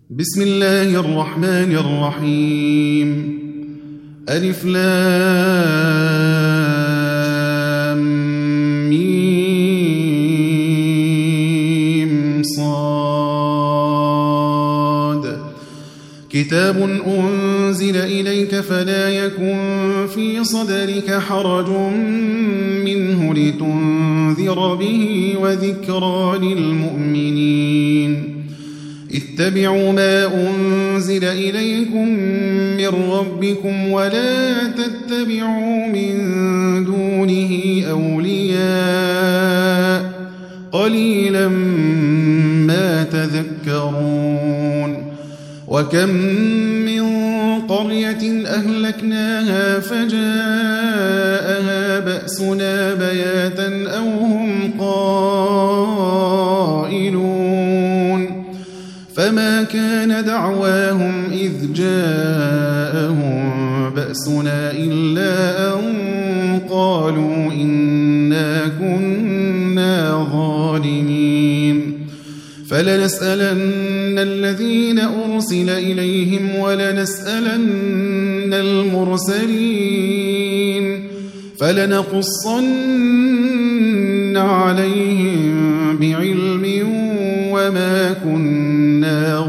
بسم الله الرحمن الرحيم. ألف لام ميم صاد. كتاب أنزل إليك فلا يكن في صدرك حرج منه لتنذر به وذكرى للمؤمنين. اتبعوا ما أنزل إليكم من ربكم ولا تتبعوا من دونه أولياء قليلا ما تذكرون. وكم من قرية أهلكناها فجاءها بأسنا بياتا أو هم قائلون. فما كان دعواهم إذ جاءهم بأسنا إلا أن قالوا إنا كنا ظالمين. فلنسألن الذين أرسل إليهم ولنسألن المرسلين فلنقصن عليهم بعلم وما كنا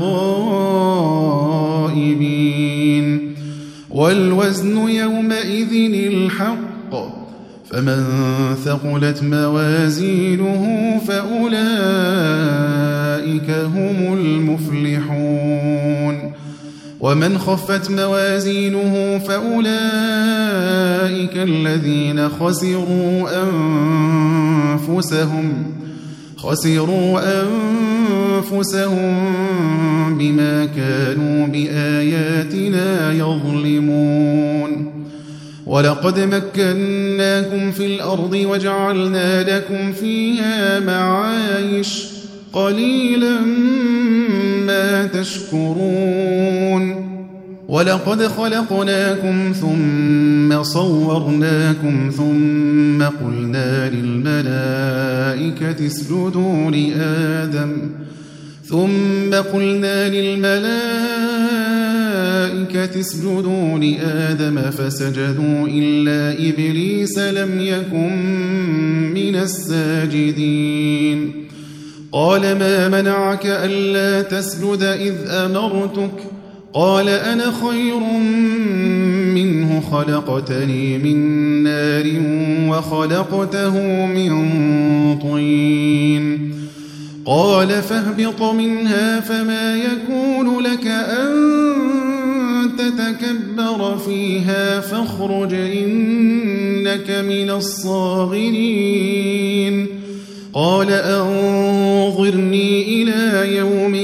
غائبين. والوزن يومئذ الحق فمن ثقلت موازينه فأولئك هم المفلحون. ومن خفت موازينه فأولئك الذين خسروا أنفسهم بما كانوا بآياتنا يظلمون. ولقد مكناكم في الأرض وجعلنا لكم فيها معايش قليلا ما تشكرون. ولقد خلقناكم ثم صورناكم ثم قلنا للملائكة اسجدوا لآدم فسجدوا إلا إبليس لم يكن من الساجدين. قال ما منعك ألا تسجد إذ أمرتك؟ قال أنا خير منه خلقتني من نار وخلقته من طين. قال فاهبط منها فما يكون لك أن تتكبر فيها فاخرج إنك من الصاغرين. قال أنظرني إلى يوم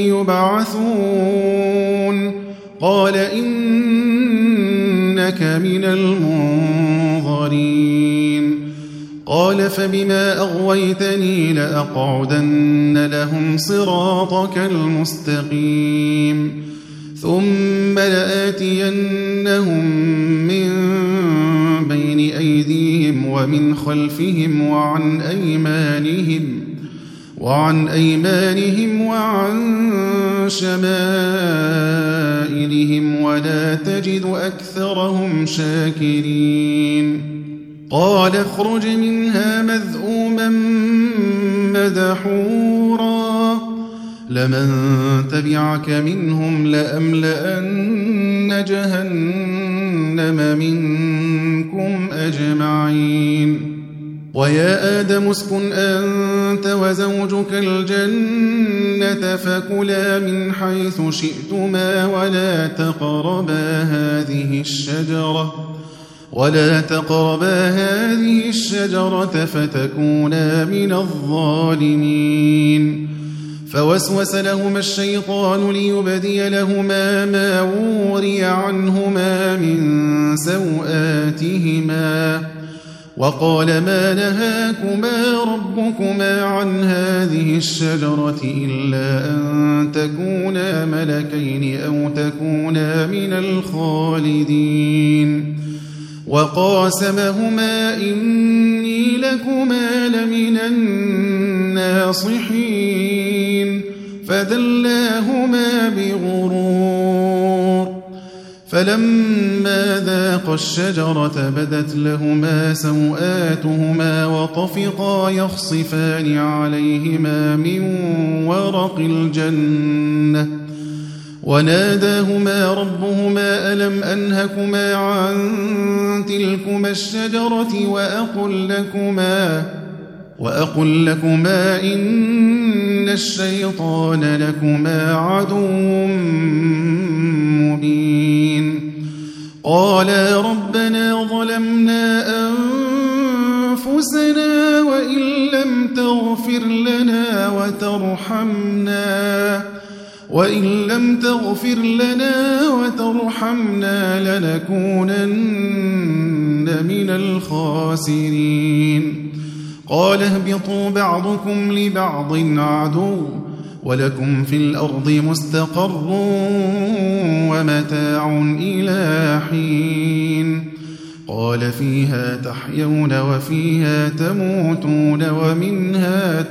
يبعثون. قال إنك من المنظرين. قال فبما أغويتني لأقعدن لهم صراطك المستقيم ثم لآتينهم من بين أيديهم ومن خلفهم وعن أيمانهم وعن شمائلهم ولا تجد أكثرهم شاكرين. قال اخرج منها مذءوما مدحورا لمن تبعك منهم لأملأن جهنم منكم أجمعين. ويا آدم اسكن أنت وزوجك الجنة فكلا من حيث شئتما ولا تقربا هذه الشجرة فتكونا من الظالمين. فوسوس لهما الشيطان ليبدي لهما ما وري عنهما من سوآتهما وقال ما نهاكما ربكما عن هذه الشجرة إلا أن تكونا ملكين أو تكونا من الخالدين. وقاسمهما إني لكما لمن الناصحين فدلاهما بغرور فلما ذاقا الشجرة بدت لهما سوآتهما وطفقا يخصفان عليهما من ورق الجنة وناداهما ربهما ألم أنهكما عن تلكما الشجرة وأقل لكما إن الشيطان لكما عدو مبين قالا ربنا ظلمنا أنفسنا وإن لم تغفر لنا وترحمنا لنكونن من الخاسرين قال اهبطوا بعضكم لبعض عدو ولكم في الأرض مستقر ومتاع إلى حين قال فيها تحيون وفيها تموتون ومنها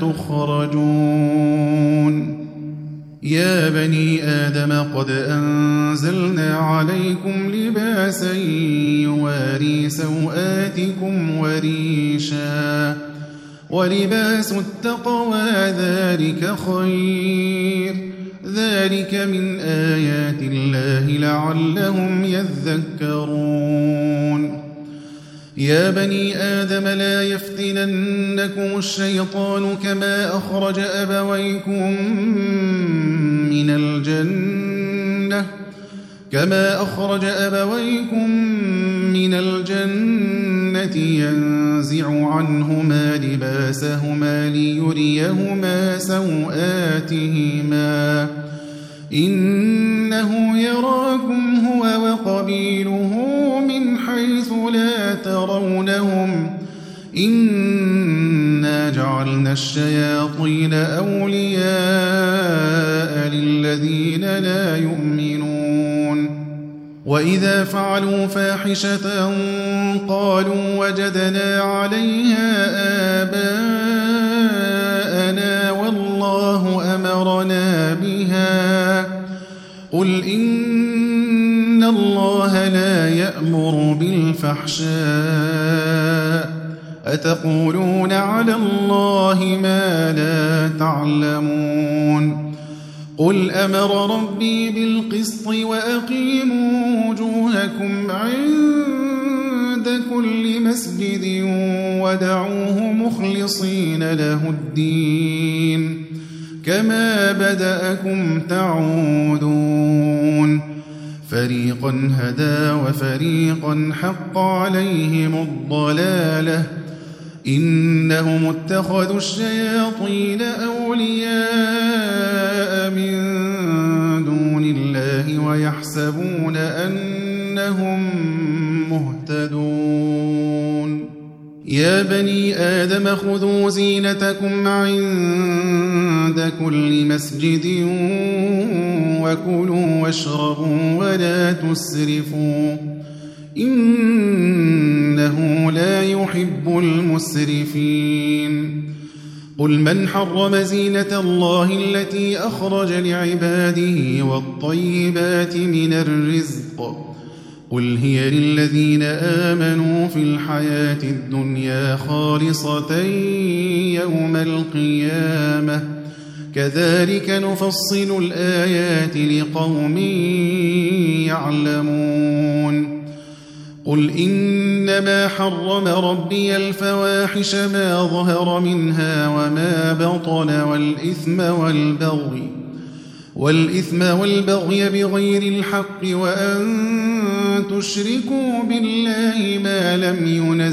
تخرجون يا بني آدم قد أنزلنا عليكم لباسا يواري سوآتكم وريشا ولباس التقوى ذلك خير ذلك من آيات الله لعلهم يذكرون يا بني آدم لا يفتننكم الشيطان كما أخرج أبويكم من الجنة ينزع عنهما لباسهما ليريهما سوآتهما إنه يراكم هو وقبيله من حيث لا ترونهم إنا جعلنا الشياطين أولياء للذين لا يؤمنون وإذا فعلوا فاحشة قالوا وجدنا عليها آباءنا والله أمرنا بها قل إن الله لا يأمر بالفحشاء أتقولون على الله ما لا تعلمون قل أمر ربي بالقسط وأقيموا وجوهكم عند كل مسجد ودعوه مخلصين له الدين كما بدأكم تعودون فريقا هدى وفريقا حق عليهم الضلالة إنهم اتخذوا الشياطين أولياء من دون الله ويحسبون أنهم مهتدون يا بني آدم خذوا زينتكم عند كل مسجد وكلوا واشربوا ولا تسرفوا إنه لا يحب المسرفين قل من حرم زينة الله التي أخرج لعباده والطيبات من الرزق قل هي للذين آمنوا في الحياة الدنيا خالصة يوم القيامة كذلك نفصل الآيات لقوم يعلمون قل إنما حرم ربي الفواحش ما ظهر منها وما بطن والإثم والبغي بغير الحق وأن تشركوا بالله ما لم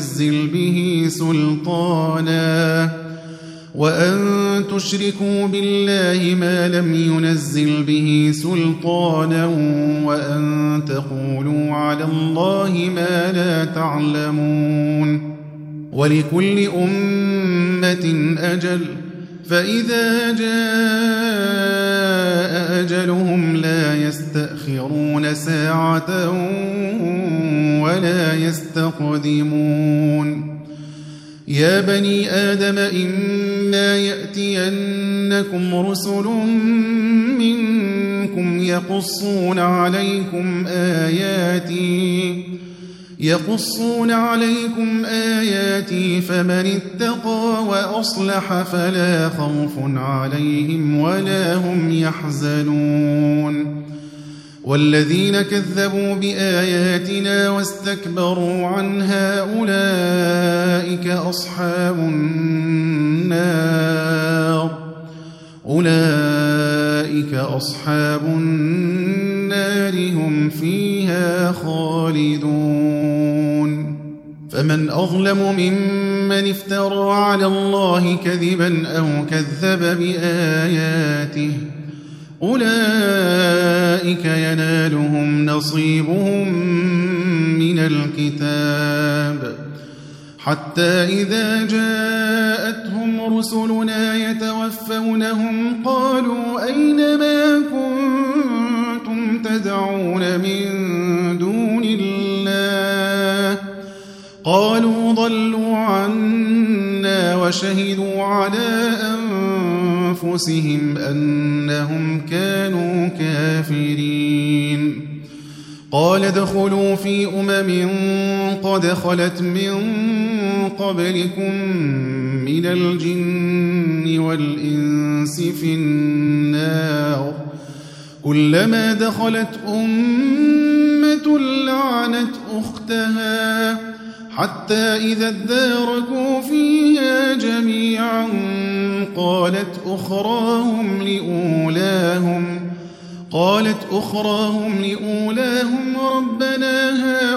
ينزل به سلطانا وأن تقولوا على الله ما لا تعلمون ولكل أمة أجل فإذا جاء أجلهم لا يستأخرون ساعة ولا يستقدمون يا بني آدم إما يأتينكم رسل منكم منكم يقصون عليكم آياتي فمن اتقى وأصلح فلا خوف عليهم ولا هم يحزنون والذين كذبوا بآياتنا واستكبروا عنها أولئك أصحاب النار هم فيها خالدون فمن أظلم ممن افترى على الله كذبا أو كذب بآياته أولئك ينالهم نصيبهم من الكتاب حتى إذا جاءتهم رسلنا يتوفونهم قالوا أين ما كنتم تدعون من دون الله قالوا ضلوا عنا وشهدوا على أنفسهم أنهم كانوا كافرين قال ادخلوا في قد خلت من قبلكم من الجن والإنس في النار كلما دخلت أمة لعنت أختها حتى إذا اداركوا فيها جميعا قالت أخراهم لأولاهم ربنا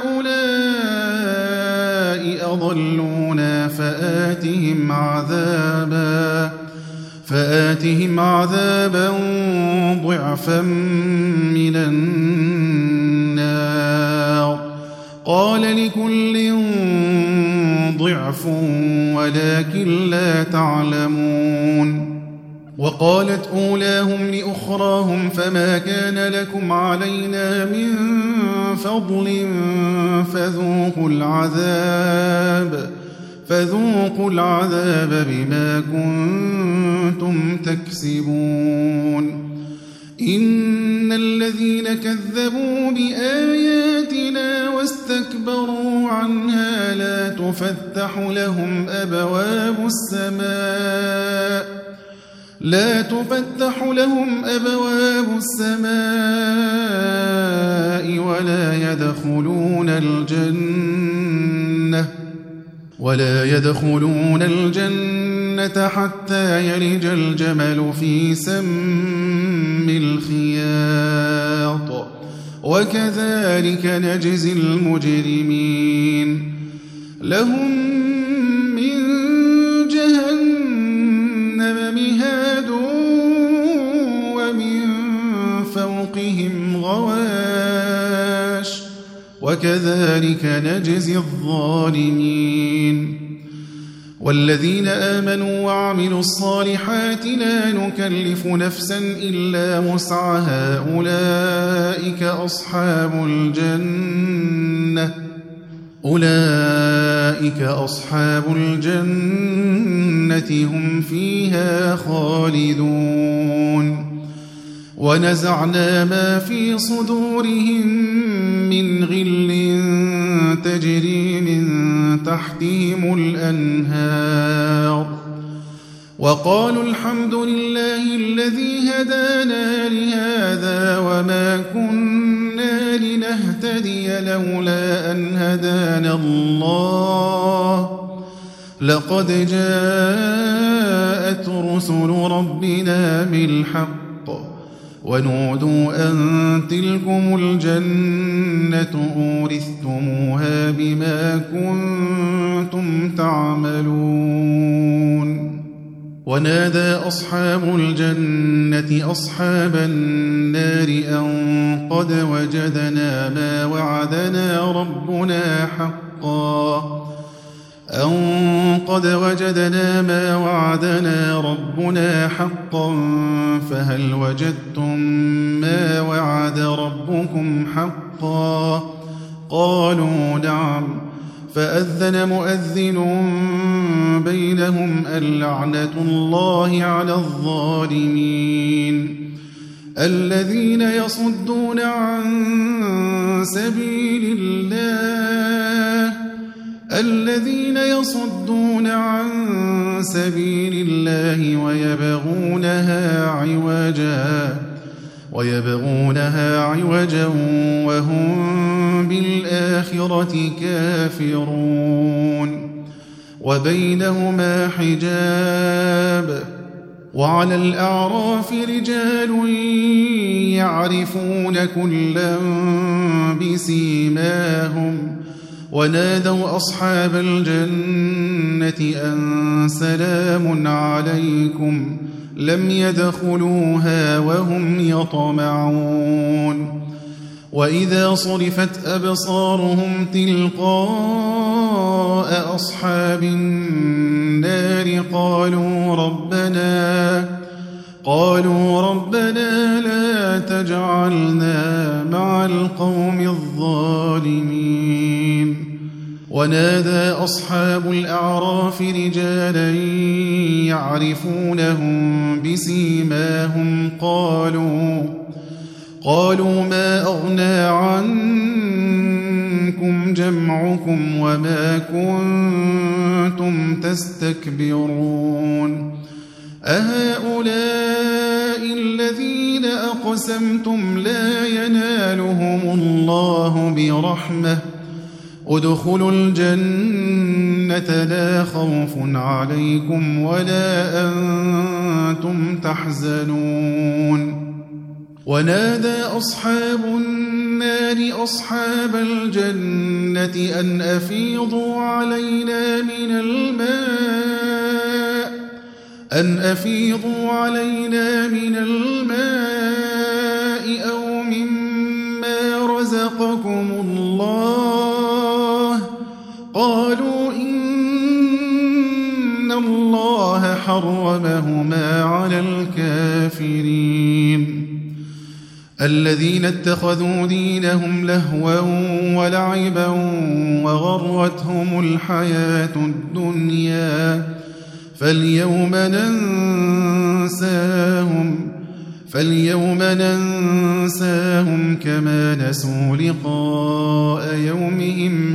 هؤلاء أضلونا فآتهم عذابا ضعفا من النار قال لكل ضعف ولكن لا تعلمون وقالت أولاهم لأخراهم فما كان لكم علينا من فضل فذوقوا العذاب بما كنتم تكسبون إن الذين كذبوا بآياتنا واستكبروا عنها لا تفتح لهم أبواب السماء ولا يدخلون الجنة حتى يلج الجمل في سم الخياط وكذلك نجزي المجرمين لهم من جهنم مهاد ومن فوقهم غواش وكذلك نجزي الظالمين والذين آمنوا وعملوا الصالحات لا نكلف نفسا إلا وسعها أولئك أصحاب الجنة هم فيها خالدون ونزعنا ما في صدورهم من غل تجري من تحتهم الأنهار وقالوا الحمد لله الذي هدانا لهذا وما كنا لنهتدي لولا أن هدانا الله لقد جاءت رسل ربنا بالحق ونودوا أن تلكم الجنة أورثتموها بما كنتم تعملون ونادى أصحاب الجنة أصحاب النار أن قد وجدنا ما وعدنا ربنا حقا فهل وجدتم ما وعد ربكم حقا قالوا نعم فأذن مؤذن بينهم اللعنة الله على الظالمين الذين يصدون عن سبيل الله ويبغونها عوجا وهم بالآخرة كافرون وبينهما حجاب وعلى الأعراف رجال يعرفون كلا بسيماهم ونادوا أصحاب الجنة أن سلام عليكم لم يدخلوها وهم يطمعون وإذا صرفت أبصارهم تلقاء أصحاب النار قالوا ربنا لا تجعلنا مع القوم الظالمين ونادى أصحاب الأعراف رجالا يعرفونهم بسيماهم قالوا ما أغنى عنكم جمعكم وما كنتم تستكبرون أهؤلاء الذين أقسمتم لا ينالهم الله برحمة ادخلوا الجنة لا خوف عليكم ولا أنتم تحزنون ونادى أصحاب النار أصحاب الجنة أن أفيضوا علينا من الماء أو مما رزقكم الله قالوا إن الله حرمهما على الكافرين الذين اتخذوا دينهم لهوا ولعبا وغرتهم الحياة الدنيا فاليوم ننساهم كما نسوا لقاء يومهم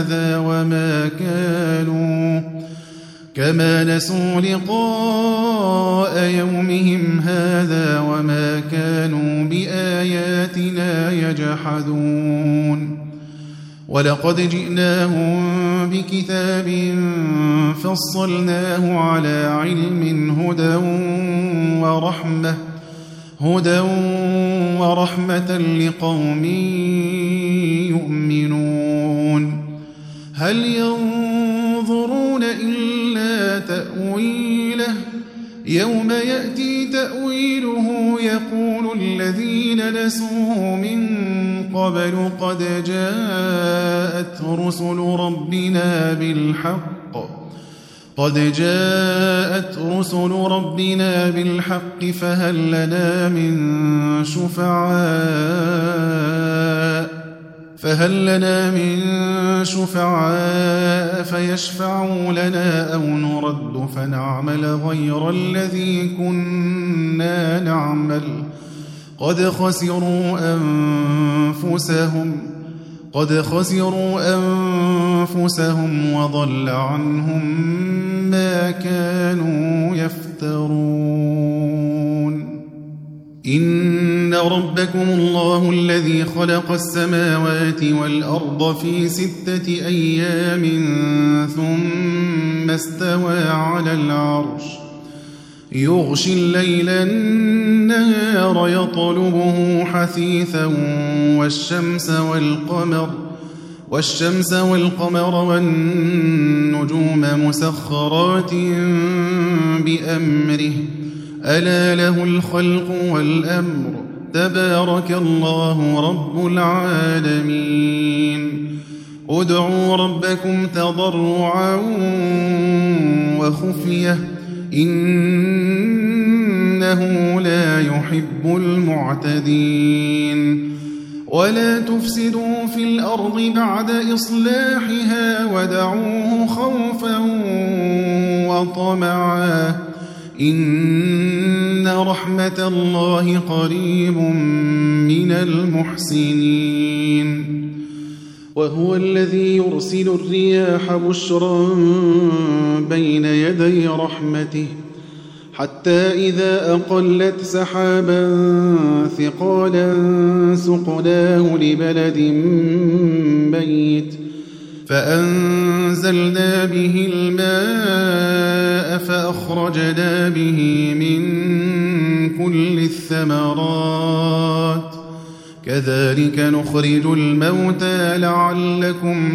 هذا وما كانوا بآياتنا يجحدون ولقد جئناهم بكتاب فصلناه على علم هدى ورحمة لقوم يؤمنون هل ينظرون إلا تأويله يوم يأتي تأويله يقول الذين نسوه من قبل قد جاءت رسل ربنا بالحق فهل لنا من شفعاء فيشفعوا لنا أو نرد فنعمل غير الذي كنا نعمل قد خسروا أنفسهم وضل عنهم ما كانوا يفترون إن ربكم الله الذي خلق السماوات والأرض في 6 أيام ثم استوى على العرش يغشي الليل النهار يطلبه حثيثا والشمس والقمر والنجوم مسخرات بأمره ألا له الخلق والأمر تبارك الله رب العالمين ادعوا ربكم تضرعا وخفية إنه لا يحب المعتدين ولا تفسدوا في الأرض بعد إصلاحها ودعوه خوفا وطمعا إن رحمة الله قريب من المحسنين وهو الذي يرسل الرياح بشرا بين يدي رحمته حتى إذا أقلت سحابا ثقالا سقناه لبلد ميت فأنزلنا به الماء فأخرجنا به من كل الثمرات كذلك نخرج الموتى لعلكم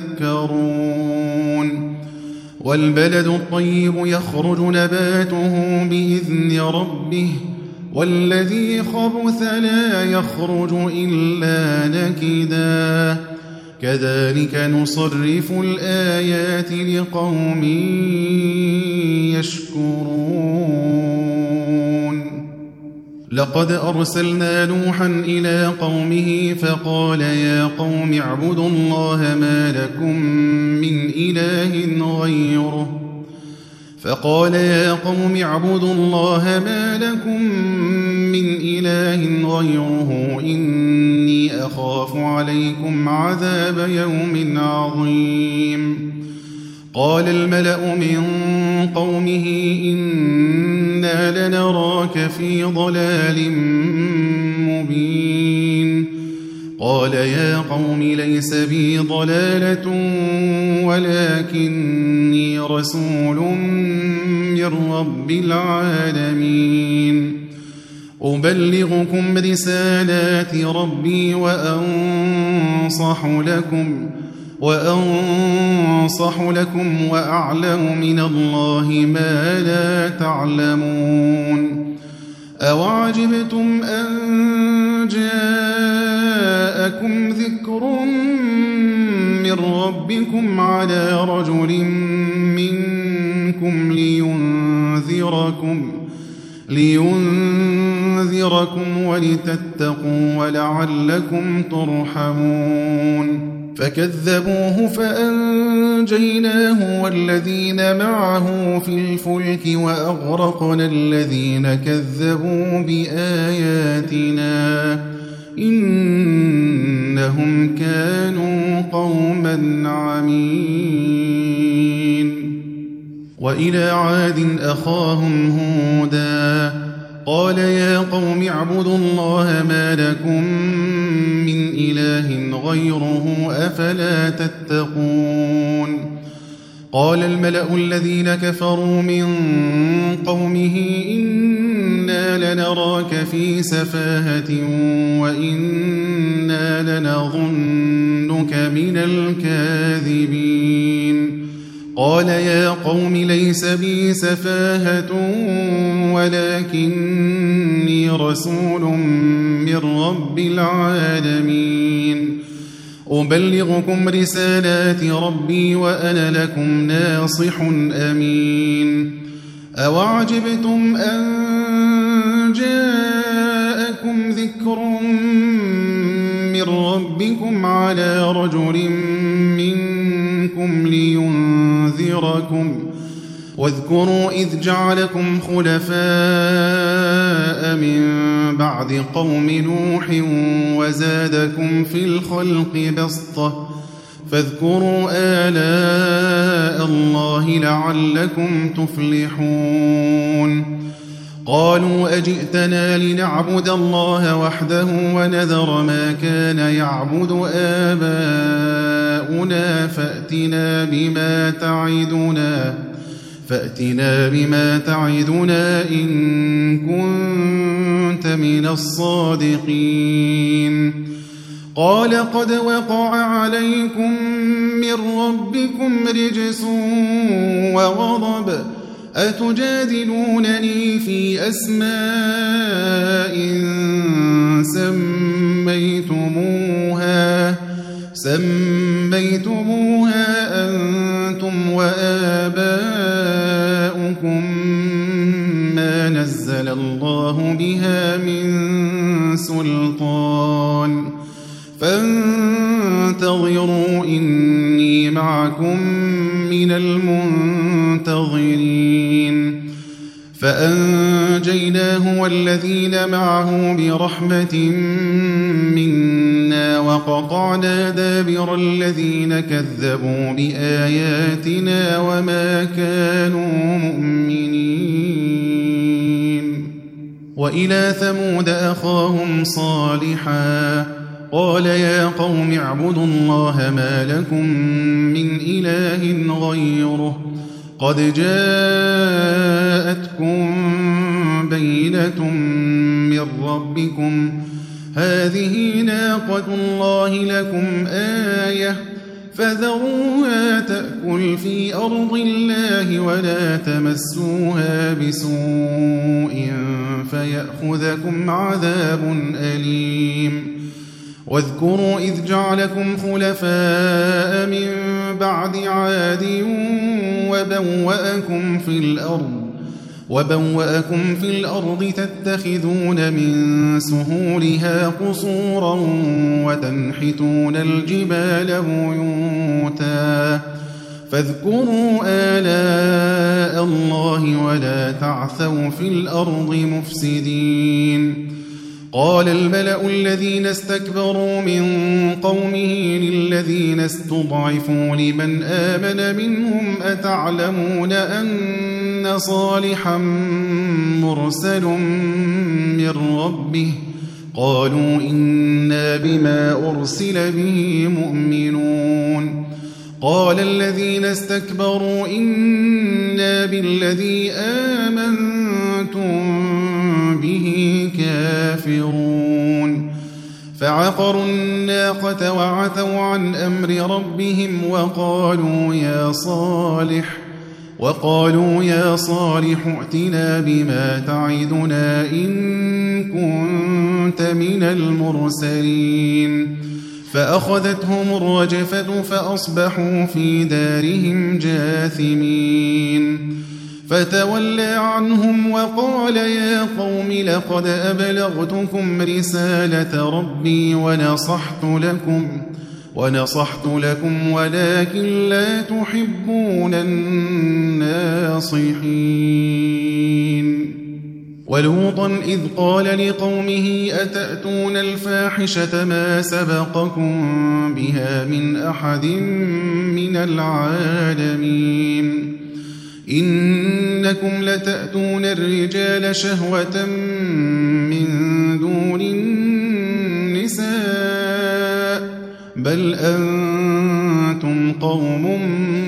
تذكرون والبلد الطيب يخرج نباته بإذن ربه والذي خبث لا يخرج إلا نكدا كذلك نصرف الآيات لقوم يشكرون لقد أرسلنا نوحا إلى قومه فقال يا قوم اعبدوا الله ما لكم من إله غيره إني أخاف عليكم عذاب يوم عظيم قال الملأ من قومه إنا لنراك في ضلال مبين قال يا قوم ليس بي ضلالة ولكني رسول من رب العالمين أبلغكم رسالات ربي وأنصح لكم وأعلم من الله ما لا تعلمون أوعجبتم أن جاءكم ذكر من ربكم على رجل منكم لينذركم ولتتقوا ولعلكم ترحمون فكذبوه فأنجيناه والذين معه في الفلك وأغرقنا الذين كذبوا بآياتنا إنهم كانوا قوما عمين وإلى عاد أخاهم هودا قال يا قوم اعبدوا الله ما لكم من إله غيره أفلا تتقون قال الملأ الذين كفروا من قومه إنا لنراك في سفاهة وإنا لنظنك من الكاذبين قال يا قوم ليس بي سفاهة ولكني رسول من رب العالمين أبلغكم رسالات ربي وأنا لكم ناصح أمين أوعجبتم أن جاءكم ذكر من ربكم على رجل منكم لينذركم واذكروا إذ جعلكم خلفاء من بعد قوم نوح وزادكم في الخلق بسطة فاذكروا آلاء الله لعلكم تفلحون قالوا أجئتنا لنعبد الله وحده ونذر ما كان يعبد آباؤنا فأتنا بما تعدنا إن كنت من الصادقين قال قد وقع عليكم من ربكم رجس وغضب أتجادلونني في أسماء سميتموها أنتم وآباؤكم ما نزل الله بها من سلطان فانتظروا إني معكم من المنتظرين فأنجيناه والذين معه برحمة منا وقطعنا دابر الذين كذبوا بآياتنا وما كانوا مؤمنين. وإلى ثمود أخاهم صالحا قال يا قوم اعبدوا الله ما لكم من إله غيره قد جاءتكم بينة من ربكم هذه ناقة الله لكم آية فذروها تأكل في أرض الله ولا تمسوها بسوء فيأخذكم عذاب أليم. واذكروا إذ جعلكم خلفاء من بعد عاد وبوأكم في الأرض تتخذون من سهولها قصورا وتنحتون الجبال بيوتا فاذكروا آلاء الله ولا تعثوا في الأرض مفسدين. قال الملأ الذين استكبروا من قومه للذين استضعفوا لمن آمن منهم أتعلمون أن صالحا مرسل من ربه قالوا إنا بما أرسل به مؤمنون. قال الذين استكبروا إنا بالذي آمنتم به كافرون. فعقروا الناقة وعتوا عن أمر ربهم وقالوا يا صالح ائتنا بما تعدنا إن كنت من المرسلين. فأخذتهم الرجفة فأصبحوا في دارهم جاثمين. فتولى عنهم وقال يا قوم لقد أبلغتكم رسالة ربي ونصحت لكم ولكن لا تحبون الناصحين. ولوطا إذ قال لقومه أتأتون الفاحشة ما سبقكم بها من أحد من العالمين إنكم لتأتون الرجال شهوة من دون النساء بل أنتم قوم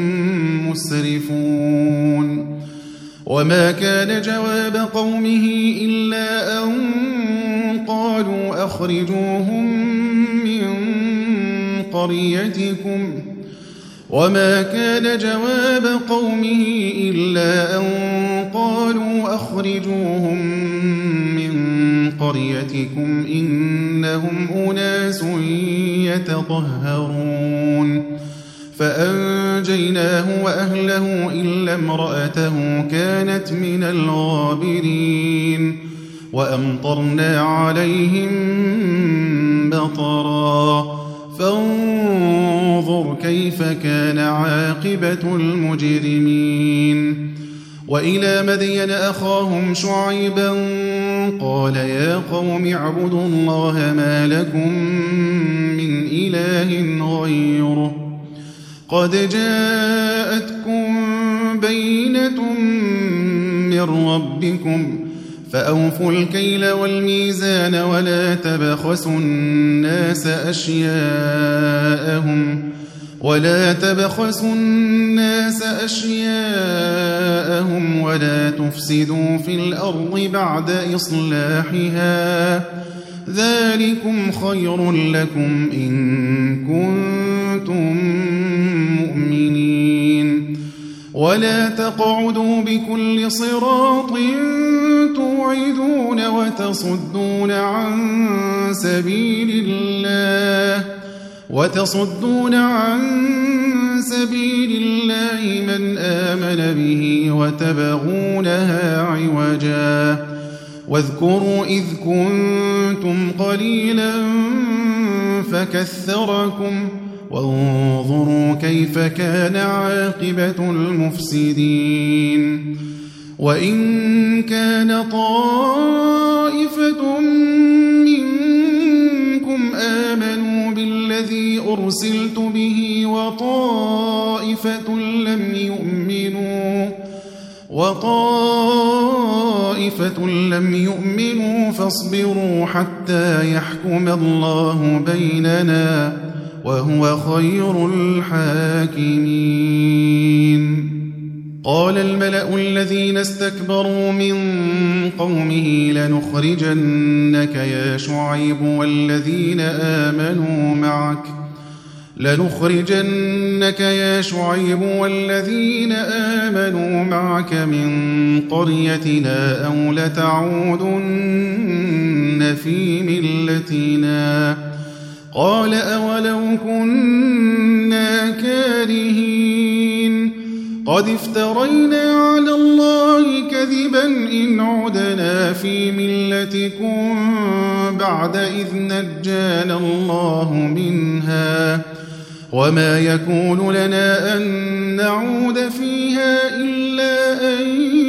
مسرفون. وما كان جواب قومه إلا أن قالوا أخرجوهم من قريتكم إنهم أناس يتطهرون. فأنجيناه وأهله إلا امرأته كانت من الغابرين. وأمطرنا عليهم مطرا فانظر كيف كان عاقبة المجرمين. وإلى مدين أخاهم شعيبا قال يا قوم اعبدوا الله ما لكم من إله غيره قد جاءتكم بينة من ربكم فأوفوا الكيل والميزان ولا تبخسوا الناس أشياءهم ولا تفسدوا في الأرض بعد إصلاحها ذلكم خير لكم إن كنتم مؤمنين. ولا تقعدوا بكل صراط توعدون وتصدون عن سبيل الله من آمن به وتبغونها عوجا. واذكروا إذ كنتم قليلا فكثركم وانظروا كيف كان عاقبة المفسدين. وإن كان طائفة منكم آمنوا بالذي أرسلت به وطائفة لم يؤمنوا فاصبروا حتى يحكم الله بيننا وهو خير الحاكمين. قال الملأ الذين استكبروا من قومه لنخرجنك يا شعيب والذين آمنوا معك من قريتنا أو لتعودن في ملتنا. قال أولو كنا كارهين قد افترينا على الله كذبا إن عدنا في ملتكم بعد إذ نجانا الله منها وما يكون لنا أن نعود فيها إلا أن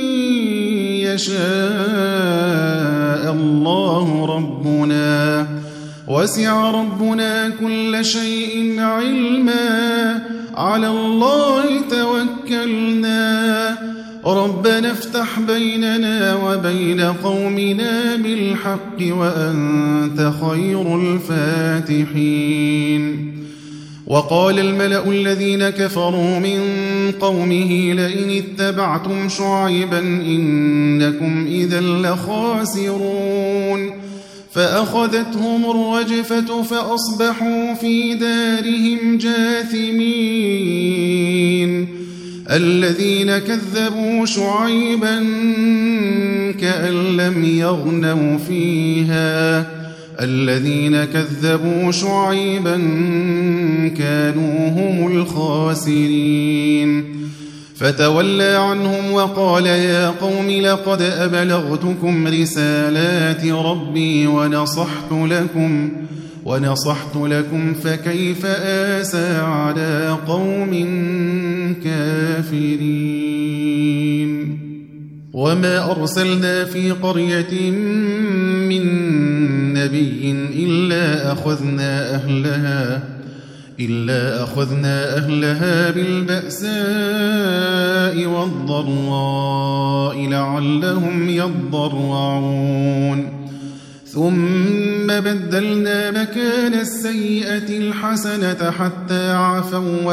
يشاء الله ربنا وسع ربنا كل شيء علما على الله توكلنا ربنا افتح بيننا وبين قومنا بالحق وأنت خير الفاتحين. وقال الملأ الذين كفروا من قومه لئن اتبعتم شعيبا إنكم إذا لخاسرون فأخذتهم الرجفة فأصبحوا في دارهم جاثمين. الذين كذبوا شعيبا كأن لم يغنوا فيها الذين كذبوا شعيبا كانوا هم الخاسرين. فتولى عنهم وقال يا قوم لقد أبلغتكم رسالات ربي ونصحت لكم فكيف آسى على قوم كافرين. وما أرسلنا في قرية من نبي إلا أخذنا أهلها بالبأساء والضراء لعلهم يضرعون ثم بدلنا مكان السيئة الحسنة حتى عفوا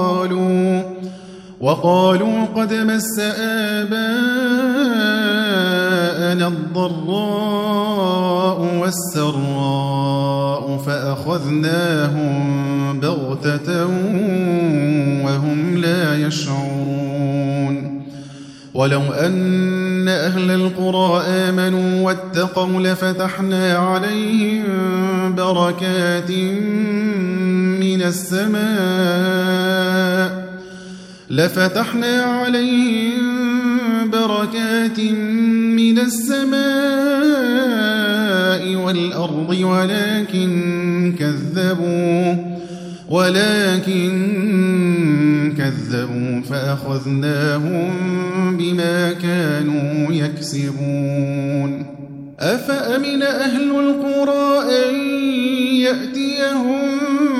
وقالوا قد مس آباءنا الضراء والسراء فأخذناهم بغتة وهم لا يشعرون. ولو أن أهل القرى آمنوا واتقوا لفتحنا عليهم بركات من السماء والأرض ولكن كذبوا فأخذناهم بما كانوا يكسبون. أفأمن أهل القرى أن يأتيهم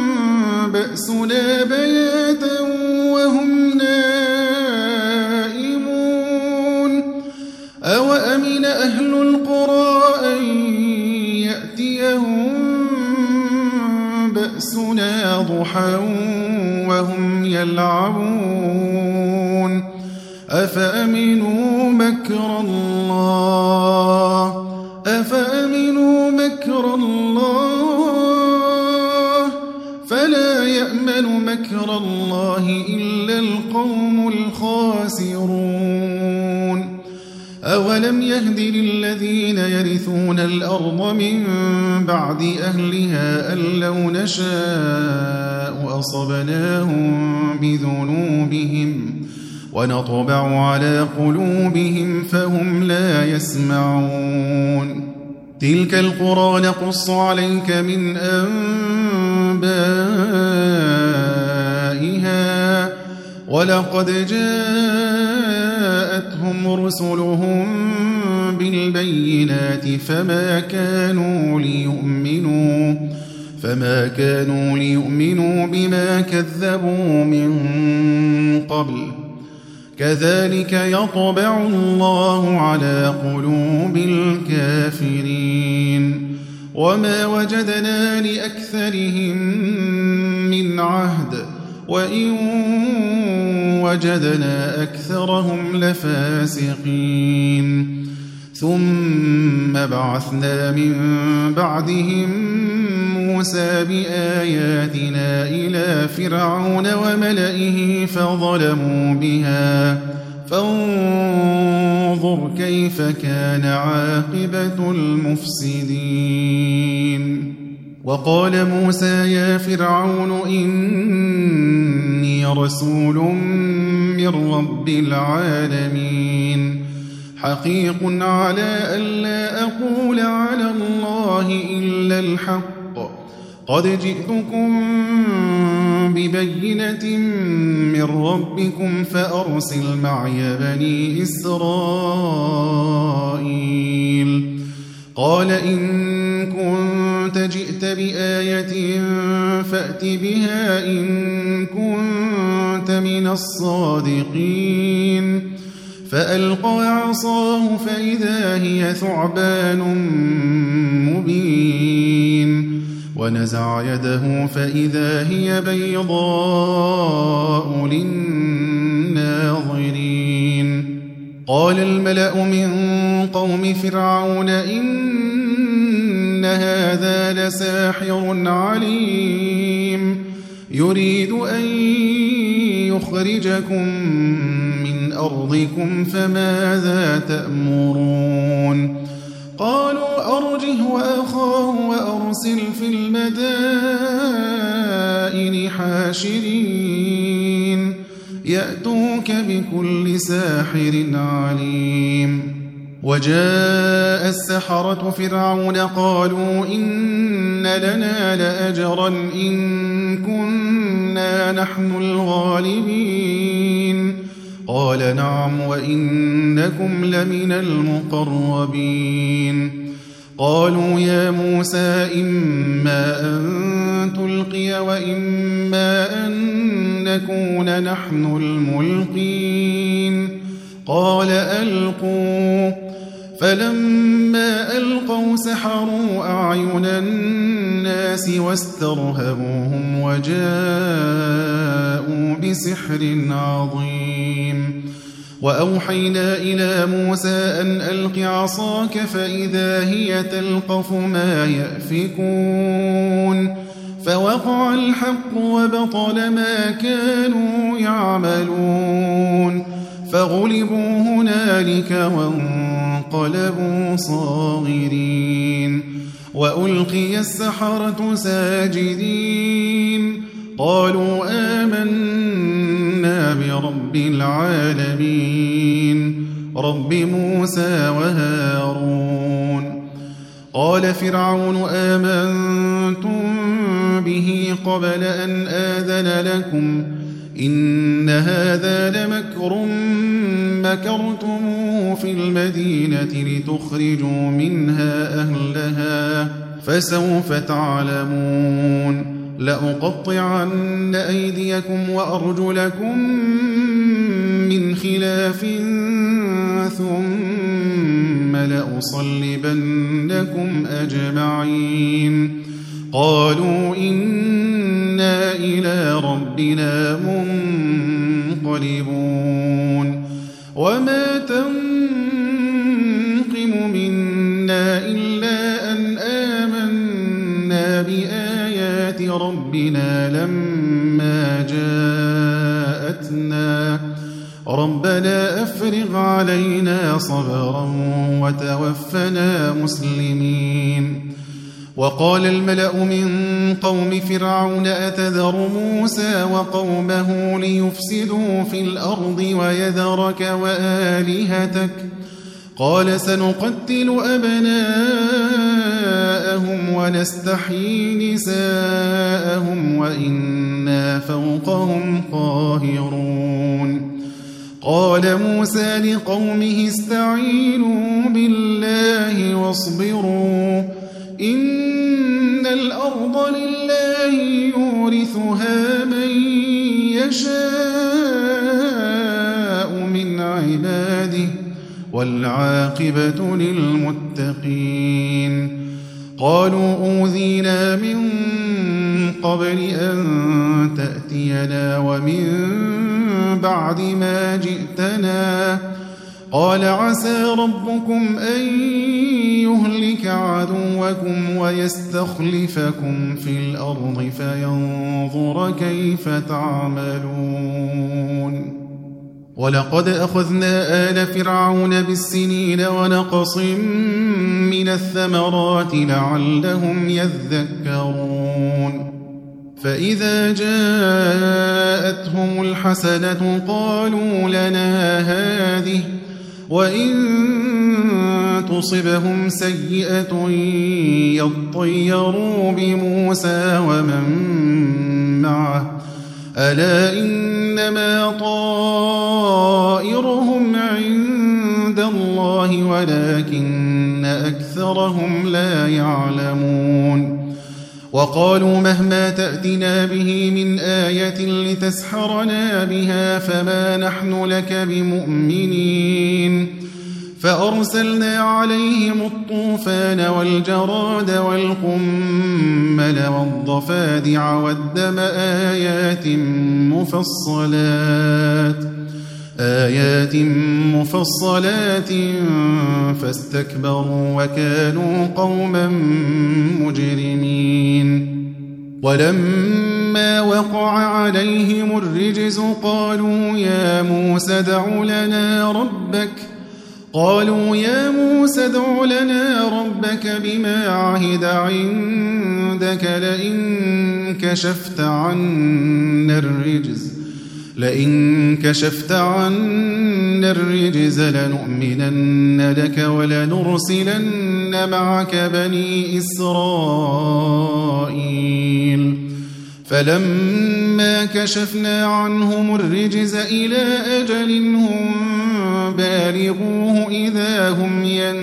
بأسنا بياتا وهم نائمون أوأمن أهل القرى أن يأتيهم بأسنا ضحى وهم يلعبون أفأمنوا مكر الله فلا يأمن مكر الله إلا القوم الخاسرون. أولم يهد للذين يرثون الأرض من بعد أهلها أن لو نشاء أصبناهم بذنوبهم ونطبع على قلوبهم فهم لا يسمعون. تلك القرى نقص عليك من أنبائها ولقد جاءتهم رسلهم بالبينات فما كانوا ليؤمنوا بما كذبوا من قبل كذلك يطبع الله على قلوب الكافرين وما وجدنا لأكثرهم من عهد وإن وجدنا أكثرهم لفاسقين ثم بعثنا من بعدهم موسى بآياتنا إلى فرعون وملئه فظلموا بها فانظر كيف كان عاقبة المفسدين وقال موسى يا فرعون إني رسول من رب العالمين حقيق على ألا أقول على الله إلا الحق قد جئتكم ببينة من ربكم فأرسل معي بني إسرائيل قال إن كنت جئت بآية فأت بها إن كنت من الصادقين فألقى عصاه فإذا هي ثعبان مبين ونزع يده فإذا هي بيضاء للناظرين قال الملأ من قوم فرعون إن هذا لساحر عليم يريد أن يخرجكم من أرضكم فماذا تأمرون قالوا أرجه وأخاه وأرسل في المدائن حاشرين يأتوك بكل ساحر عليم وجاء السحرة فرعون قالوا إن لنا لأجرا إن كنا نحن الغالبين قال نعم وإنكم لمن المقربين قالوا يا موسى إما أن تلقي وإما أن نكون نحن الملقين قال ألقوا فلما ألقوا سحروا أعين الناس واسترهبوهم وجاءوا بسحر عظيم وأوحينا إلى موسى أن ألق عصاك فإذا هي تلقف ما يأفكون فوقع الحق وبطل ما كانوا يعملون فغلبوا هنالك وانقلبوا صاغرين وألقي السحرة ساجدين قالوا آمنا برب العالمين رب موسى وهارون قال فرعون آمنتم به قبل أن آذن لكم إن هذا لمكر مكرتموه في المدينة لتخرجوا منها أهلها فسوف تعلمون لأقطعن أيديكم وأرجلكم من خلاف ثم لأصلبنكم أجمعين قالوا إنا إلى ربنا منقلبون وما تنقم منا إلا أن آمنا بآيات ربنا لما جاءتنا ربنا أفرغ علينا صبرا وتوفنا مسلمين وقال الملأ من قوم فرعون أتذر موسى وقومه ليفسدوا في الأرض ويذرك وآلهتك قال سنقتل أبناءهم ونستحيي نساءهم وإنا فوقهم قاهرون قال موسى لقومه استعينوا بالله واصبروا إن الأرض لله يورثها من يشاء من عباده والعاقبة للمتقين قالوا أوذينا من قبل أن تأتينا ومن بعد ما جئتنا قال عسى ربكم أن يهلك عدوكم ويستخلفكم في الأرض فينظر كيف تعملون ولقد أخذنا آل فرعون بالسنين ونقص من الثمرات لعلهم يذكرون فإذا جاءتهم الحسنة قالوا لنا هذه وإن تصبهم سيئة يطيروا بموسى ومن معه ألا إنما طائرهم عند الله ولكن أكثرهم لا يعلمون وقالوا مهما تأتنا به من آية لتسحرنا بها فما نحن لك بمؤمنين فأرسلنا عليهم الطوفان والجراد والقمل والضفادع والدم آيات مفصلات فاستكبروا وكانوا قوما مجرمين ولما وقع عليهم الرجز قالوا يا موسى ادع لنا ربك بما عهد عندك لئن كشفت عنا الرجز لنؤمنن لك ولنرسلن معك بني إسرائيل فلما كشفنا عنهم الرجز إلى أجل هم بالغوه إذا هم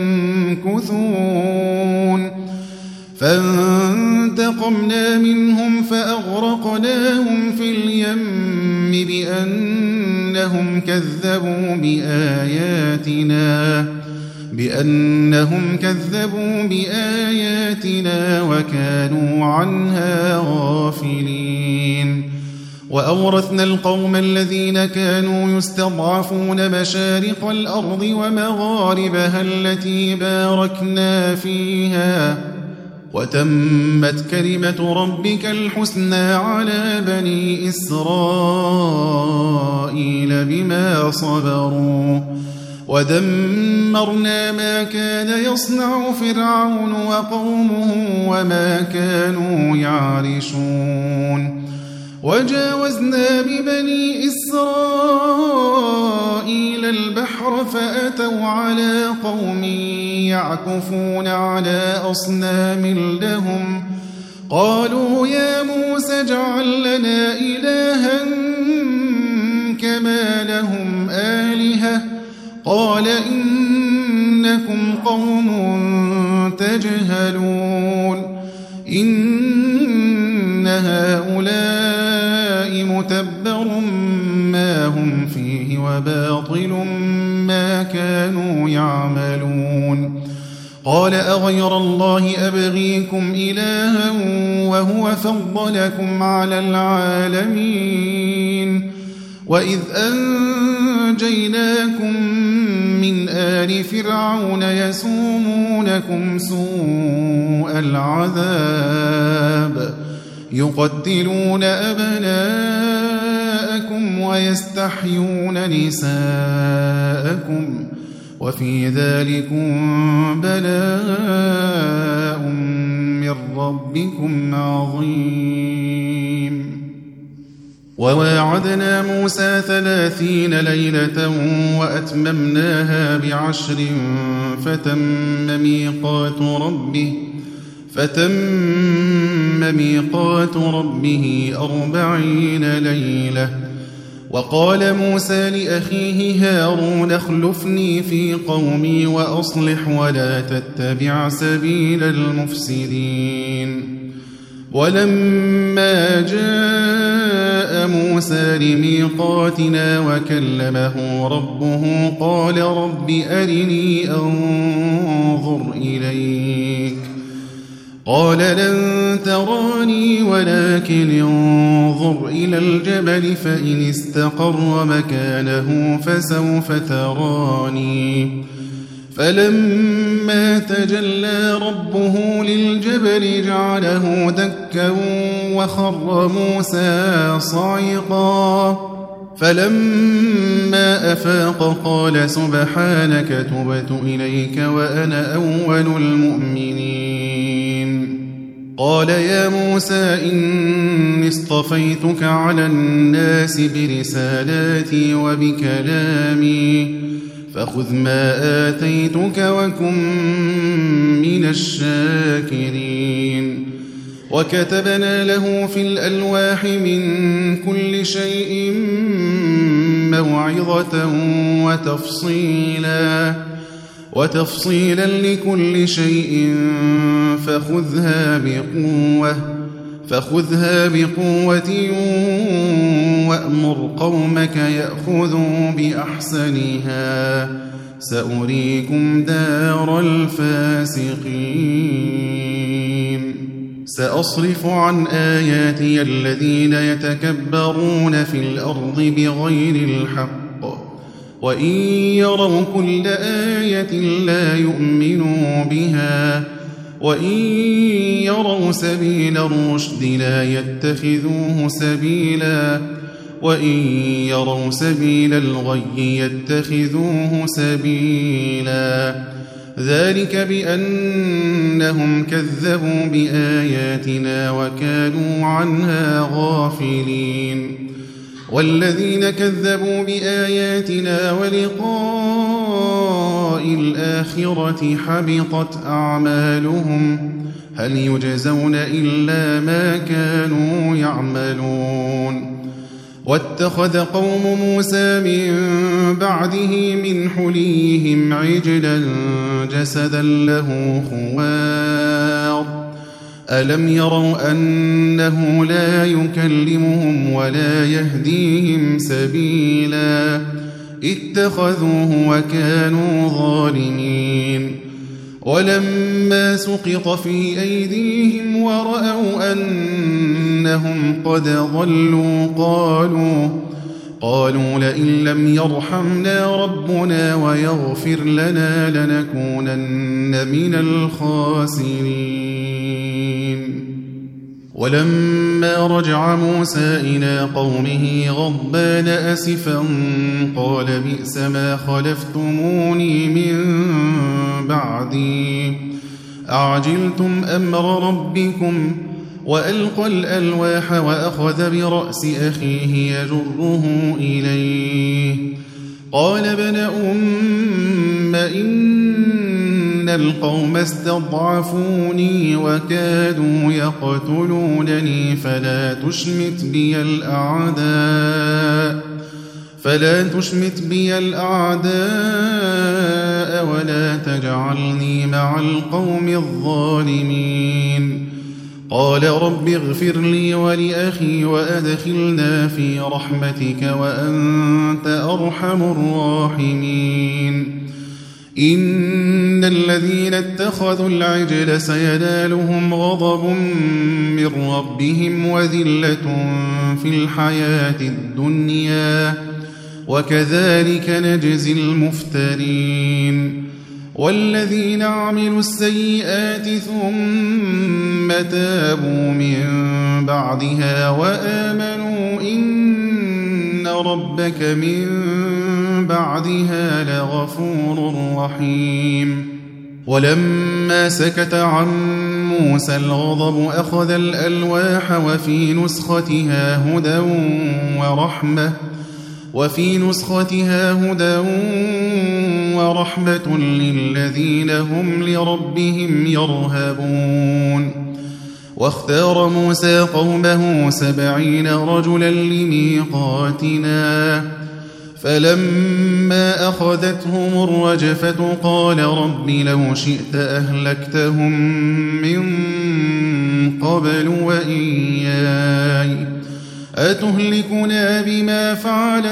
ينكثون فانتقمنا منهم فأغرقناهم في اليم بأنهم كذبوا بآياتنا وكانوا عنها غافلين وأورثنا القوم الذين كانوا يستضعفون مشارق الأرض ومغاربها التي باركنا فيها وتمت كلمة ربك الحسنى على بني إسرائيل بما صبروا ودمرنا ما كان يصنع فرعون وقومه وما كانوا يعرشون وجاوزنا ببني إسرائيل البحر فأتوا على قوم يعكفون على أصنام لهم قالوا يا موسى اجعل لنا إلها كما لهم آلهة قال إنكم قوم تجهلون إن هؤلاء متبر ما هم فيه وباطل ما كانوا يعملون قال أغير الله أبغيكم إلها وهو فضلكم على العالمين وإذ أنجيناكم من آل فرعون يسومونكم سوء العذاب يقتلون أبناءكم ويستحيون نساءكم وفي ذلكم بلاء من ربكم عظيم وواعدنا موسى 30 ليلة وأتممناها ب10 فتم ميقات ربه 40 ليلة. وقال موسى لأخيه هارون اخلفني في قومي وأصلح ولا تتبع سبيل المفسدين. ولما جاء موسى لميقاتنا وكلمه ربه قال رب أرني أنظر إليك قال لن تراني ولكن انظر إلى الجبل فإن استقر مكانه فسوف تراني. فلما تجلى ربه للجبل جعله دكا وخر موسى صعقا. فلما أفاق قال سبحانك تبت إليك وأنا أول المؤمنين. قال يا موسى إني اصطفيتك على الناس برسالاتي وبكلامي فخذ ما آتيتك وكن من الشاكرين. وكتبنا له في الألواح من كل شيء موعظة وتفصيلا لكل شيء فخذها بقوة وأمر قومك يأخذوا بأحسنها سأريكم دار الفاسقين. سأصرف عن آياتي الذين يتكبرون في الأرض بغير الحق وإن يروا كل آية لا يؤمنوا بها وإن يروا سبيل الرشد لا يتخذوه سبيلا وإن يروا سبيل الغي يتخذوه سبيلا. ذلك بأنهم كذبوا بآياتنا وكانوا عنها غافلين. والذين كذبوا بآياتنا ولقاء الآخرة حبطت أعمالهم هل يجزون إلا ما كانوا يعملون. واتخذ قوم موسى من بعده من حليهم عجلا جسدا له خوار ألم يروا أنه لا يكلمهم ولا يهديهم سبيلا اتخذوه وكانوا ظالمين. ولما سقط في أيديهم ورأوا أنهم قد ضلوا قالوا لئن لم يرحمنا ربنا ويغفر لنا لنكونن من الخاسرين. ولما رجع موسى إلى قومه غضبان أسفا قال بئس ما خلفتموني من بعدي أعجلتم أمر ربكم وألقى الألواح وأخذ برأس أخيه يجره إليه قال ابن أم إن القوم استضعفوني وكادوا يقتلونني فلا تشمت بي الأعداء ولا تجعلني مع القوم الظالمين. قال رب اغفر لي ولأخي وأدخلنا في رحمتك وأنت أرحم الراحمين. إن الذين اتخذوا العجل سينالهم غضب من ربهم وذلة في الحياة الدنيا وكذلك نجزي المفترين. والذين عملوا السيئات ثم تابوا من بعدها وآمنوا إن ربك من بعدها لغفور رحيم. ولما سكت عن موسى الغضب أخذ الألواح وفي نسختها هدى ورحمة للذين هم لربهم يرهبون. واختار موسى قومه 70 رجلا لميقاتنا، فلما أخذتهم الرجفة قال رب لو شئت أهلكتهم من قبل وإياي أتهلكنا بما فعل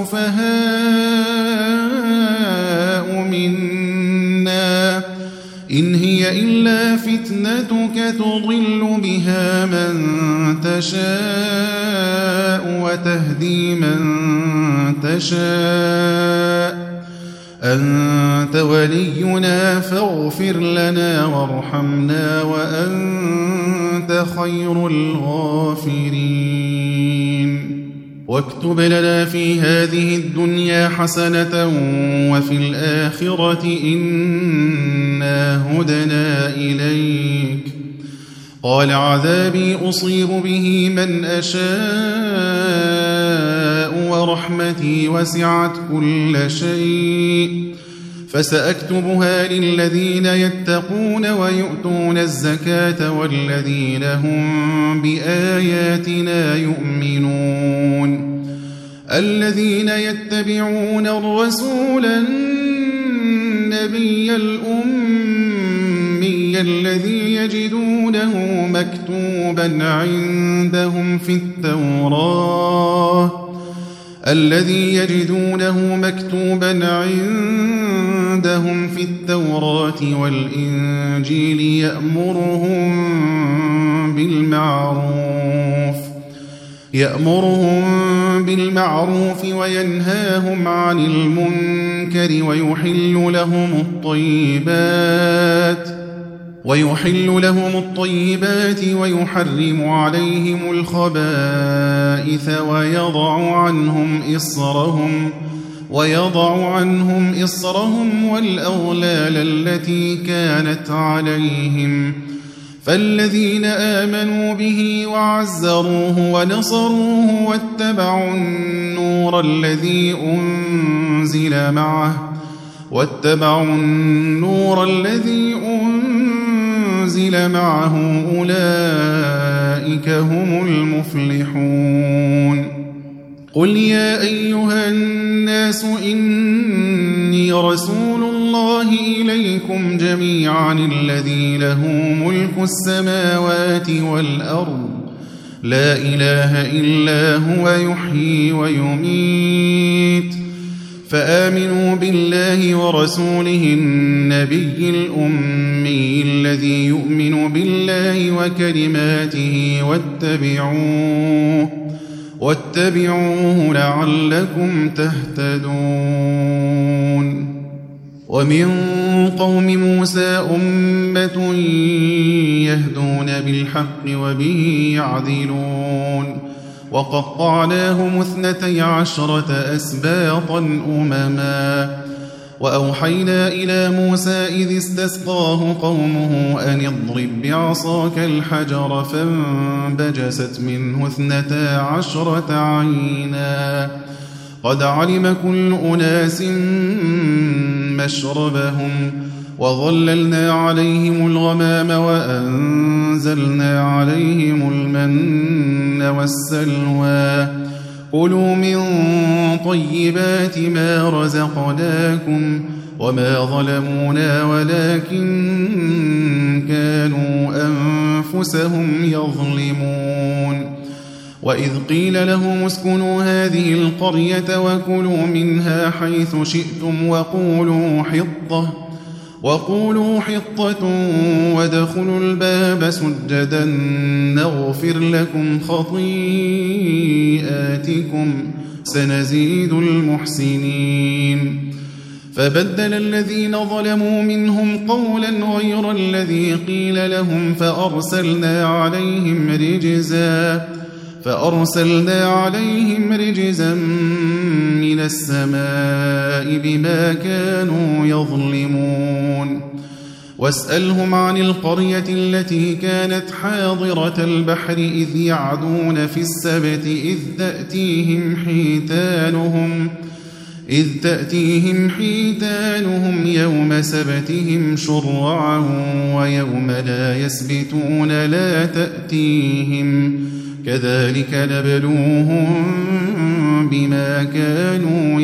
السفهاء منا إن هي إلا فتنتك تضل بها من تشاء وتهدي من تشاء أنت ولينا فاغفر لنا وارحمنا وأنت خير الغافرين. واكتب لنا في هذه الدنيا حسنة وفي الآخرة إنا هدنا إليك. قال عذابي أصيب به من أشاء ورحمتي وسعت كل شيء فسأكتبها للذين يتقون ويؤتون الزكاة والذين هم بآياتنا يؤمنون. الذين يتبعون الرسول النبي الأمي الذي يجدونه مكتوبا عندهم في التوراة والإنجيل يأمرهم بالمعروف وينهاهم عن المنكر ويحل لهم الطيبات ويحرم عليهم الخبائث ويضع عنهم إصرهم والأغلال التي كانت عليهم. فالذين آمنوا به وعزروه ونصروه واتبعوا النور الذي أنزل معه أولئك هم المفلحون. قل يا أيها الناس إني رسول الله إليكم جميعا الذي له ملك السماوات والأرض لا إله إلا هو يحيي ويميت. فآمنوا بالله ورسوله النبي الأمي الذي يؤمن بالله وكلماته واتبعوه لعلكم تهتدون. ومن قوم موسى أمة يهدون بالحق وبه يعدلون. وقطعناهم 12 أسباطا أمما. وأوحينا إلى موسى إذ استسقاه قومه أن اضرب بعصاك الحجر فانبجست منه 12 عينا قد علم كل أناس مشربهم وظللنا عليهم الغمام وأنزلنا عليهم المن والسلوى كلوا من طيبات ما رزقناكم وما ظلمونا ولكن كانوا أنفسهم يظلمون. وإذ قيل لهم اسكنوا هذه القرية وكلوا منها حيث شئتم وقولوا حطة وادخلوا الباب سجدا نغفر لكم خطيئاتكم سنزيد المحسنين. فبدل الذين ظلموا منهم قولا غير الذي قيل لهم فأرسلنا عليهم رجزا من السماء بما كانوا يظلمون. واسألهم عن القرية التي كانت حاضرة البحر إذ يعدون في السبت إذ تأتيهم حيتانهم يوم سبتهم شرعا ويوم لا يسبتون لا تأتيهم كذلك نبلوهم بما كانوا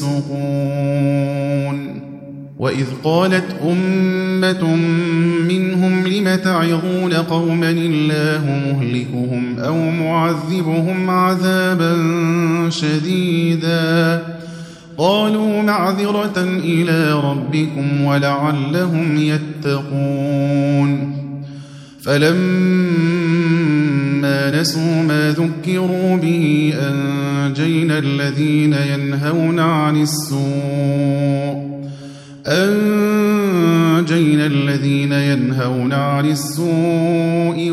يفسقون وإذ قالت أمة منهم لم تعظون قوما الله مهلكهم أو معذبهم عذابا شديدا قالوا معذرة إلى ربكم ولعلهم يتقون فلما نسوا ما ذكروا به أنجينا الذين ينهون عن السوء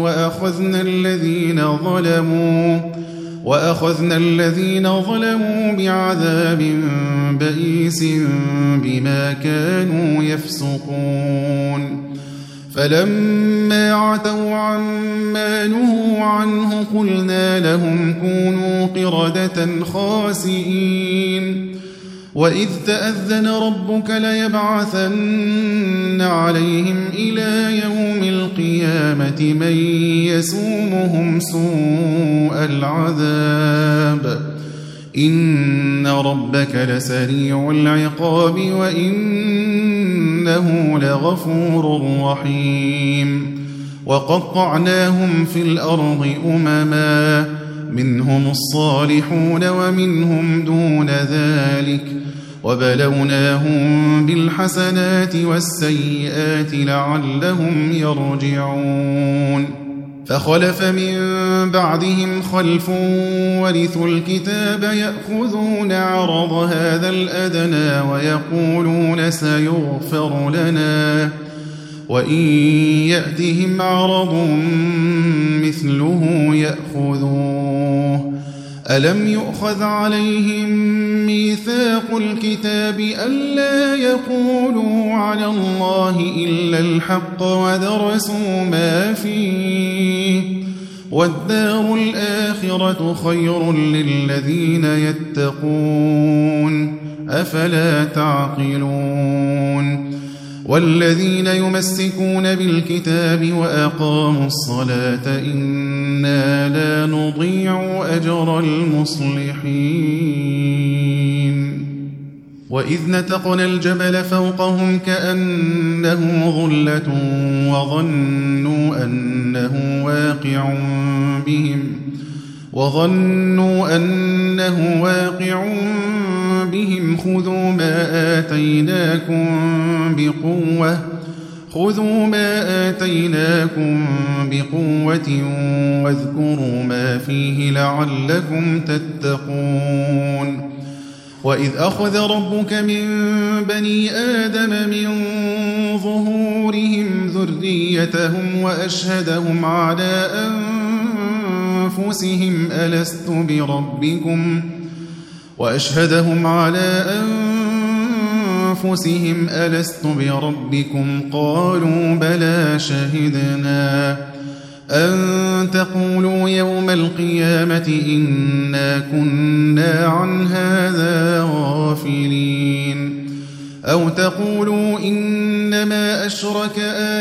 وأخذنا الذين ظلموا بعذاب بئيس بما كانوا يفسقون فلما عتوا عما نهوا عنه قلنا لهم كونوا قردة خاسئين وإذ تأذن ربك ليبعثن عليهم إلى يوم القيامة من يسومهم سوء العذاب إن ربك لسريع العقاب وإنه لغفور رحيم وقطعناهم في الأرض أمما منهم الصالحون ومنهم دون ذلك وبلوناهم بالحسنات والسيئات لعلهم يرجعون فخلف من بعدهم خلف ورثوا الكتاب يأخذون عرض هذا الأدنى ويقولون سيغفر لنا وإن يأتهم عرض مثله يأخذوه ألم يؤخذ عليهم ميثاق الكتاب ألا يقولوا على الله إلا الحق ودرسوا ما فيه والدار الآخرة خير للذين يتقون أفلا تعقلون والذين يمسكون بالكتاب وأقاموا الصلاة إنا لا نضيع أجر المصلحين وإذ نتقنا الجبل فوقهم كأنه ظلة وظنوا أنه واقع بهم خذوا ما آتيناكم بقوة واذكروا ما فيه لعلكم تتقون وإذ أخذ ربك من بني آدم من ظهورهم ذريتهم وأشهدهم على أنفسهم ألست بربكم قالوا بلى شهدنا أن تقولوا يوم القيامة إنا كنا عن هذا غافلين أو تقولوا إنما أشرك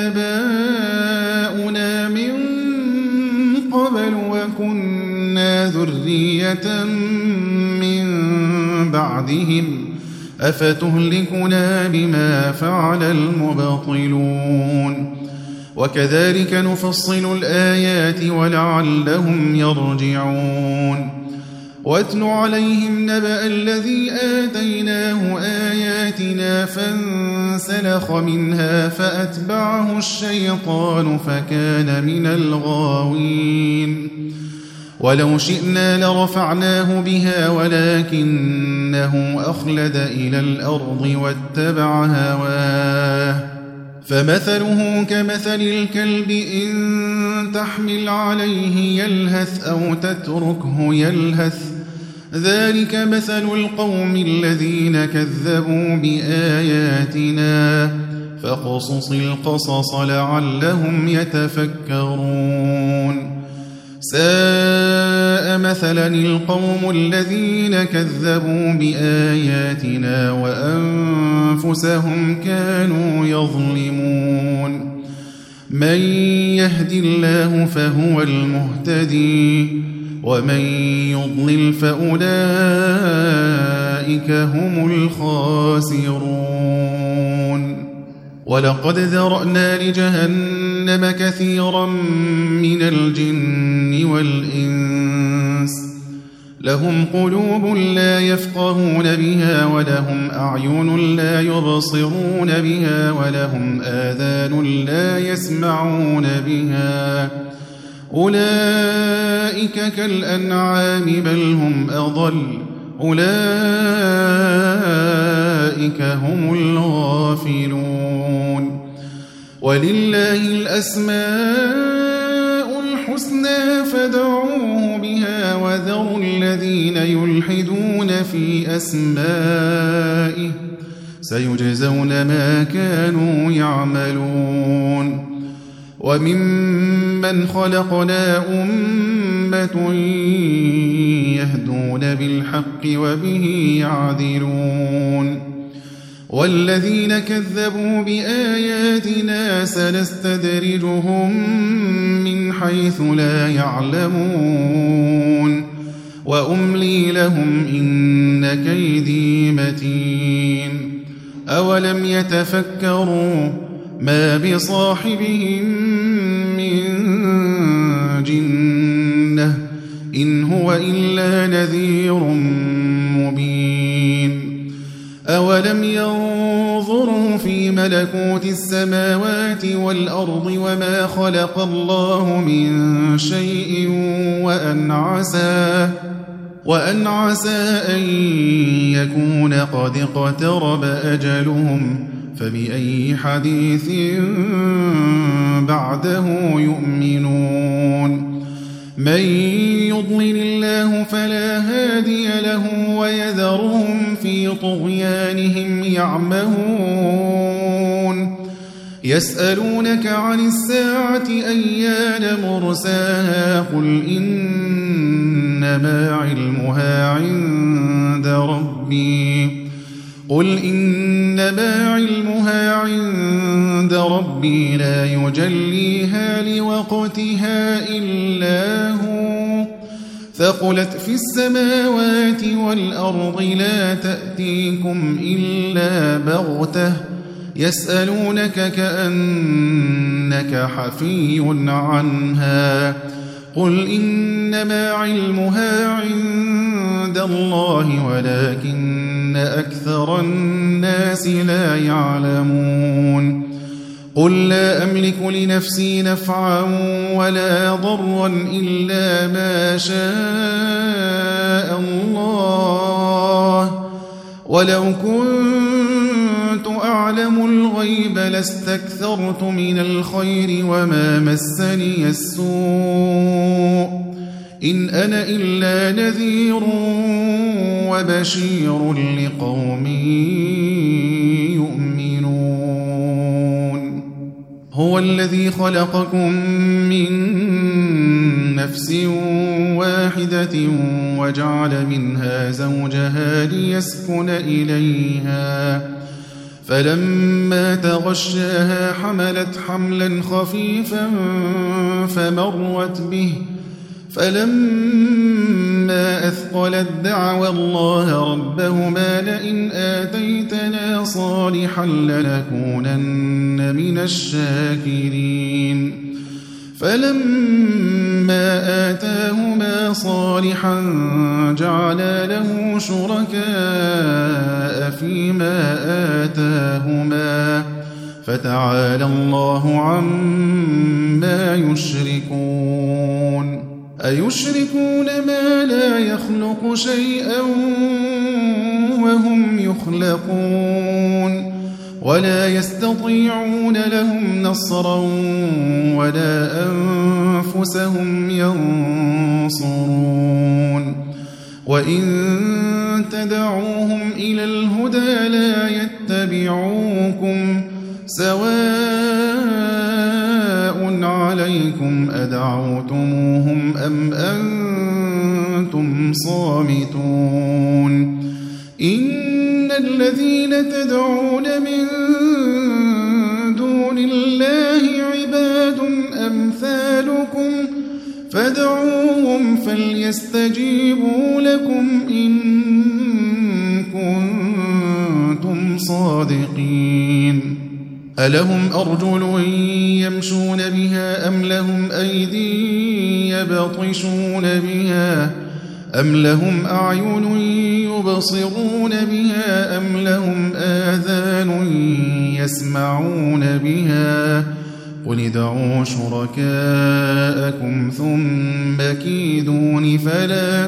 آباؤنا من قبل وكنا ذرية من بعدهم أفتهلكنا بما فعل المبطلون وكذلك نفصل الآيات ولعلهم يرجعون واتل عليهم نبأ الذي آتيناه آياتنا فانسلخ منها فأتبعه الشيطان فكان من الغاوين ولو شئنا لرفعناه بها ولكنه أخلد إلى الأرض واتبع هواه فمثله كمثل الكلب إن تحمل عليه يلهث أو تتركه يلهث ذلك مثل القوم الذين كذبوا بآياتنا فاقصص القصص لعلهم يتفكرون ساء مثلا القوم الذين كذبوا بآياتنا وأنفسهم كانوا يظلمون من يهد الله فهو المهتدي ومن يضلل فأولئك هم الخاسرون ولقد ذرأنا لجهنم كثيرا من الجن والإنس لهم قلوب لا يفقهون بها ولهم أعين لا يبصرون بها ولهم آذان لا يسمعون بها أولئك كالأنعام بل هم أضل أولئك هم الغافلون ولله الأسماء الحسنى فادعوه بها وذروا الذين يلحدون في أسمائه سيجزون ما كانوا يعملون وممن خلقنا أمة يهدون بالحق وبه يعدلون والذين كذبوا بآياتنا سنستدرجهم من حيث لا يعلمون وأملي لهم إن كيدي متين أولم يتفكروا ما بصاحبهم من جنة إن هو إلا نذير مبين أولم ينظروا في ملكوت السماوات والأرض وما خلق الله من شيء وأن عسى أن يكون قد اقترب أجلهم فبأي حديث بعده يؤمنون من يضلل الله فلا هادي له ويذرهم في طغيانهم يعمهون يسألونك عن الساعة أيان مرساها قل إنما علمها عند ربي لا يجليها لوقتها إلا هو ثقلت في السماوات والأرض لا تأتيكم إلا بغتة يسألونك كأنك حفي عنها قل إنما علمها عند الله ولكن أكثر الناس لا يعلمون قل لا أملك لنفسي نفعا ولا ضرا إلا ما شاء الله ولو كنت أعلم الغيب لاستكثرت من الخير وما مسني السوء إن أنا إلا نذير وبشير لقوم يؤمنون هو الذي خلقكم من نفس واحدة وجعل منها زوجها ليسكن إليها فلما تغشاها حملت حملا خفيفا فمرت به فلما أثقلت دعوى الله ربهما لئن آتيتنا صالحا لنكونن من الشاكرين فلما آتاهما صالحا جعلا له شركاء فيما آتاهما فتعالى الله عما يشركون أيشركون ما لا يخلق شيئا وهم يخلقون ولا يستطيعون لهم نصرا ولا أنفسهم ينصرون وإن تدعوهم إلى الهدى لا يتبعوكم سواء عليكم أدعوتموهم أم أنتم صامتون إن الذين تدعون من دون الله عباد أمثالكم فادعوهم فليستجيبوا لكم إن كنتم صادقين ألهم أرجل يمشون بها أم لهم أيدي يبطشون بها أم لهم أعين يبصرون بها أم لهم آذان يسمعون بها قل ادعوا شركاءكم ثم كيدون فلا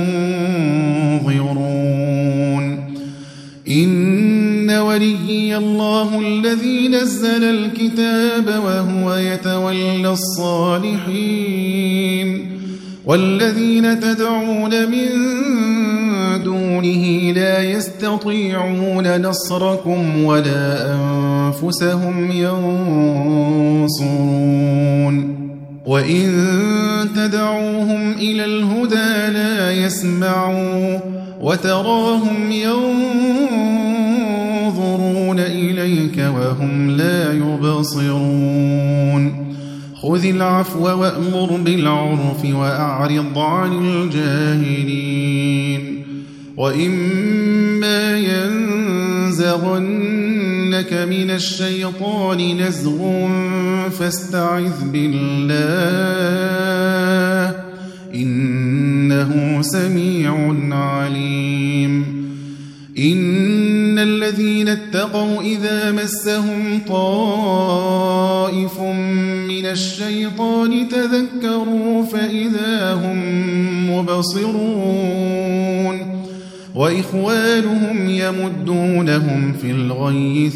تنظرون إن وليي الله الذي نزل الكتاب وهو يتولى الصالحين والذين تدعون من دونه لا يستطيعون نصركم ولا أنفسهم ينصرون وإن تدعوهم إلى الهدى لا يسمعوا وتراهم ينظرون إليك وهم لا يبصرون خذ العفو وأمر بالعرف وأعرض عن الجاهلين وإما ينزغنك من الشيطان نزغ فاستعذ بالله إنه سميع عليم إن الذين اتقوا إذا مسهم طائف من الشيطان تذكروا فإذا هم مبصرون وإخوانهم يمدونهم في الغي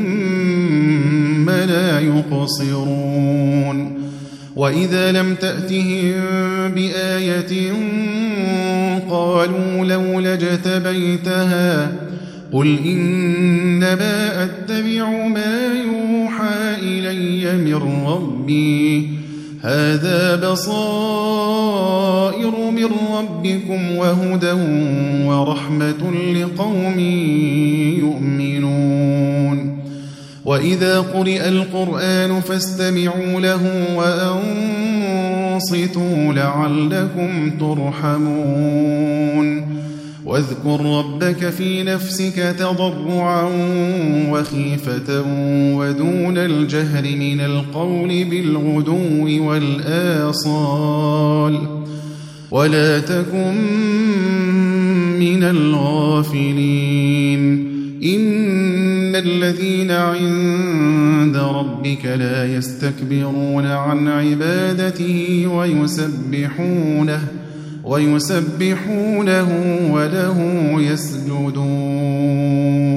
ثم لا يقصرون وإذا لم تأتهم بآية قالوا لولا اجتبيتها قل إنما أتبع ما يوحى إلي من ربي هذا بصائر من ربكم وهدى ورحمة لقوم يؤمنون وإذا قرئ القرآن فاستمعوا له وأنصتوا لعلكم ترحمون واذكر ربك في نفسك تضرعا وخيفة ودون الجهر من القول بالغدو والآصال ولا تكن من الغافلين إن الذين عند ربك لا يستكبرون عن عبادته ويسبحونه وله يسجدون